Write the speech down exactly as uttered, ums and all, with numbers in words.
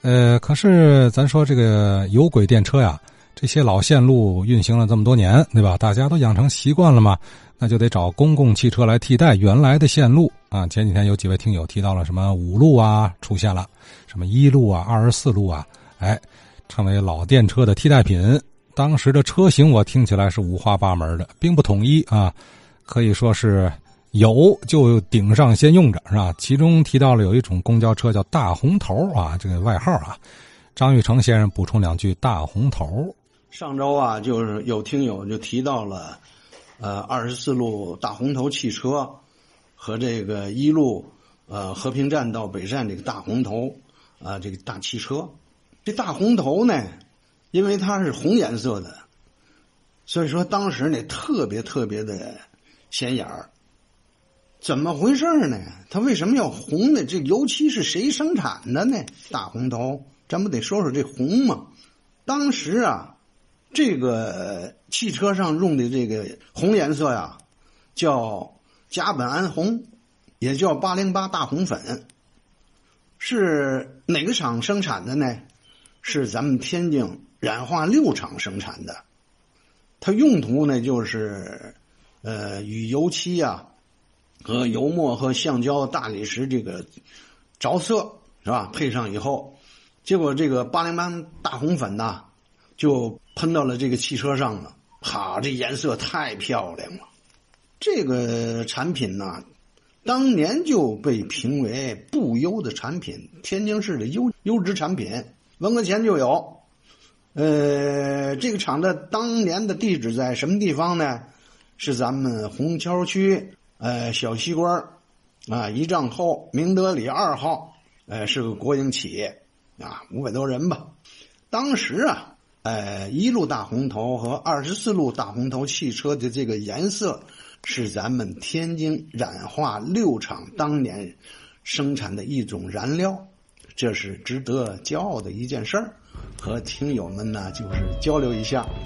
呃，可是咱说这个有轨电车呀，这些老线路运行了这么多年，对吧？大家都养成习惯了嘛，那就得找公共汽车来替代原来的线路啊。前几天有几位听友提到了什么五路啊出现了，什么一路啊、二十四路啊，哎，成为老电车的替代品。当时的车型我听起来是五花八门的，并不统一啊，可以说是有就顶上先用着，是吧？其中提到了有一种公交车叫大红头啊，这个外号啊。张玉成先生补充两句大红头。 上周啊，就是有听友就提到了呃二十四路大红头汽车和这个一路呃和平站到北站这个大红头啊、呃、这个大汽车。这大红头呢，因为它是红颜色的，所以说当时呢特别特别的显眼儿。怎么回事呢？它为什么要红呢？这油漆是谁生产的呢？大红头，咱不得说说这红吗？当时啊，这个汽车上用的这个红颜色呀，叫甲苯胺红，也叫八零八大红粉。是哪个厂生产的呢？是咱们天津染化六厂生产的。它用途呢，就是呃与油漆啊和油墨和橡胶、大理石这个着色，是吧？配上以后，结果这个八零八大红粉呐，就喷到了这个汽车上了。哈，这颜色太漂亮了！这个产品呢，当年就被评为不优的产品，天津市的优优质产品，文革前就有。呃，这个厂的当年的地址在什么地方呢？是咱们虹桥区呃小西关啊一丈后明德里二号，呃是个国营企业啊，五百多人吧。当时啊，呃一路大红头和二十四路大红头汽车的这个颜色是咱们天津染化六厂当年生产的一种燃料，这是值得骄傲的一件事儿。和听友们呢就是交流一下。